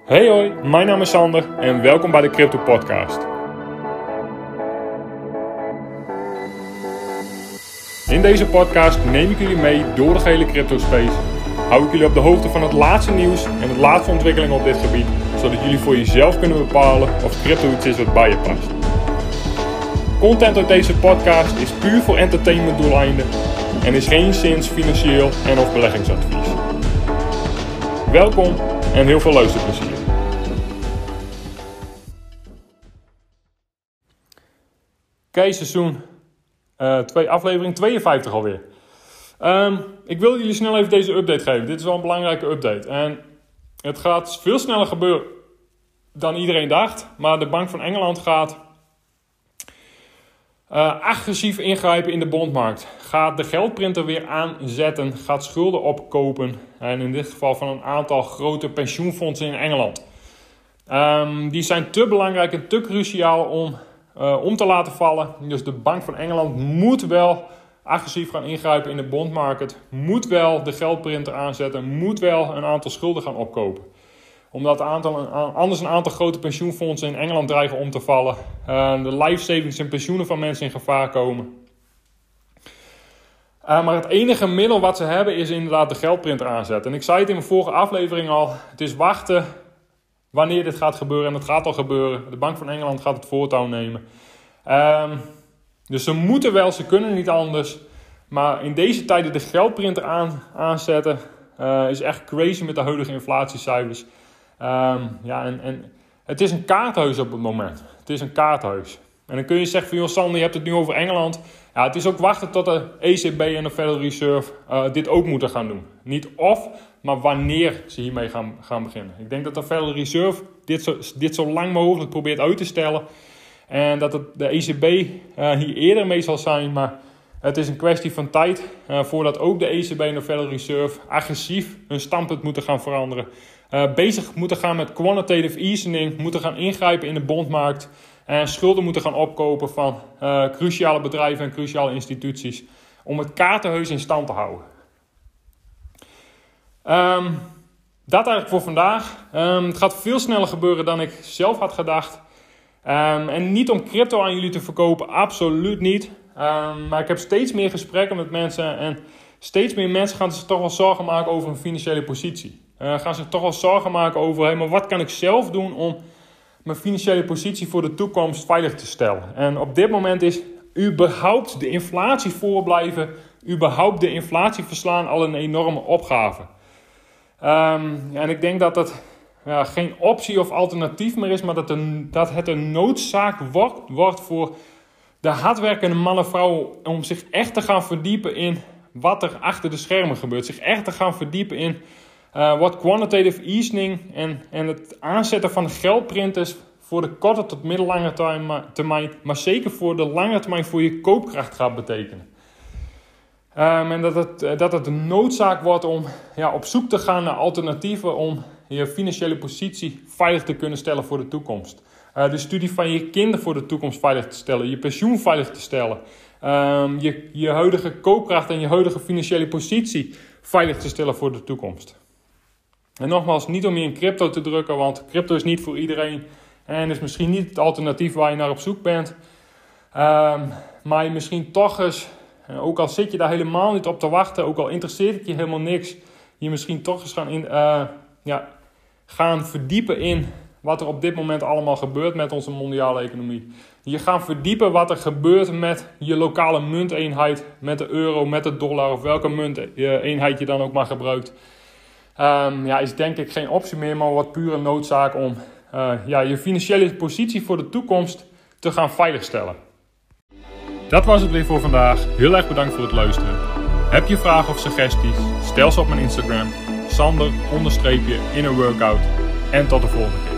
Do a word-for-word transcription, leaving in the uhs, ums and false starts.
Hey hoi, mijn naam is Sander en welkom bij de Crypto Podcast. In deze podcast neem ik jullie mee door de gehele crypto space. Hou ik jullie op de hoogte van het laatste nieuws en de laatste ontwikkelingen op dit gebied, zodat jullie voor jezelf kunnen bepalen of crypto iets is wat bij je past. Content uit deze podcast is puur voor entertainment doeleinden en is geen zins financieel en of beleggingsadvies. Welkom en heel veel luisterplezier. Oké, seizoen twee, uh, aflevering tweeënvijftig alweer. Um, ik wil jullie snel even deze update geven. Dit is wel een belangrijke update. En het gaat veel sneller gebeuren dan iedereen dacht. Maar de Bank van Engeland gaat uh, agressief ingrijpen in de bondmarkt. Gaat de geldprinter weer aanzetten. Gaat schulden opkopen. En in dit geval van een aantal grote pensioenfondsen in Engeland. Um, die zijn te belangrijk en te cruciaal om... Uh, om te laten vallen. Dus de Bank van Engeland moet wel agressief gaan ingrijpen in de bondmarkt. Moet wel de geldprinter aanzetten. Moet wel een aantal schulden gaan opkopen. Omdat een aantal, anders een aantal grote pensioenfondsen in Engeland dreigen om te vallen. Uh, de life savings en pensioenen van mensen in gevaar komen. Uh, maar het enige middel wat ze hebben is inderdaad de geldprinter aanzetten. En ik zei het in mijn vorige aflevering al. Het is wachten wanneer dit gaat gebeuren. En het gaat al gebeuren. De Bank van Engeland gaat het voortouw nemen. Um, dus ze moeten wel, ze kunnen niet anders. Maar in deze tijden de geldprinter aan, aanzetten uh, is echt crazy met de huidige inflatiecijfers. Um, ja, en, en het is een kaarthuis op het moment. Het is een kaarthuis. En dan kun je zeggen van, joh Sander, je hebt het nu over Engeland. Ja, het is ook wachten tot de E C B en de Federal Reserve uh, dit ook moeten gaan doen. Niet of, maar wanneer ze hiermee gaan, gaan beginnen. Ik denk dat de Federal Reserve dit zo, dit zo lang mogelijk probeert uit te stellen. En dat het de E C B uh, hier eerder mee zal zijn. Maar het is een kwestie van tijd uh, voordat ook de E C B en de Federal Reserve agressief hun standpunt moeten gaan veranderen. Uh, bezig moeten gaan met quantitative easing, moeten gaan ingrijpen in de bondmarkt. En schulden moeten gaan opkopen van uh, cruciale bedrijven en cruciale instituties. Om het kaartenhuis in stand te houden. Um, dat eigenlijk voor vandaag. Um, het gaat veel sneller gebeuren dan ik zelf had gedacht. Um, en niet om crypto aan jullie te verkopen, absoluut niet. Um, maar ik heb steeds meer gesprekken met mensen. En steeds meer mensen gaan zich toch wel zorgen maken over hun financiële positie. Uh, gaan zich toch wel zorgen maken over, hey, maar wat kan ik zelf doen om mijn financiële positie voor de toekomst veilig te stellen. En op dit moment is überhaupt de inflatie voorblijven, überhaupt de inflatie verslaan al een enorme opgave. Um, en ik denk dat het ja, geen optie of alternatief meer is, maar dat, een, dat het een noodzaak wordt, wordt voor de hardwerkende mannen en vrouwen om zich echt te gaan verdiepen in wat er achter de schermen gebeurt. Zich echt te gaan verdiepen in Uh, wat quantitative easing en, en het aanzetten van geldprinters voor de korte tot middellange termijn, maar zeker voor de lange termijn voor je koopkracht gaat betekenen. Um, en dat het, uh, dat het een noodzaak wordt om ja, op zoek te gaan naar alternatieven om je financiële positie veilig te kunnen stellen voor de toekomst. Uh, de studie van je kinderen voor de toekomst veilig te stellen, je pensioen veilig te stellen, um, je, je huidige koopkracht en je huidige financiële positie veilig te stellen voor de toekomst. En nogmaals, niet om je in crypto te drukken, want crypto is niet voor iedereen. En is misschien niet het alternatief waar je naar op zoek bent. Um, maar je misschien toch eens, ook al zit je daar helemaal niet op te wachten, ook al interesseert het je helemaal niks, je misschien toch eens gaan, in, uh, ja, gaan verdiepen in wat er op dit moment allemaal gebeurt met onze mondiale economie. Je gaat verdiepen wat er gebeurt met je lokale munteenheid, met de euro, met de dollar of welke munteenheid je dan ook maar gebruikt. Um, ja, is denk ik geen optie meer, maar wat pure noodzaak om uh, ja, je financiële positie voor de toekomst te gaan veiligstellen. Dat was het weer voor vandaag. Heel erg bedankt voor het luisteren. Heb je vragen of suggesties? Stel ze op mijn Instagram. Sander onderstreepje inner workout. En tot de volgende keer.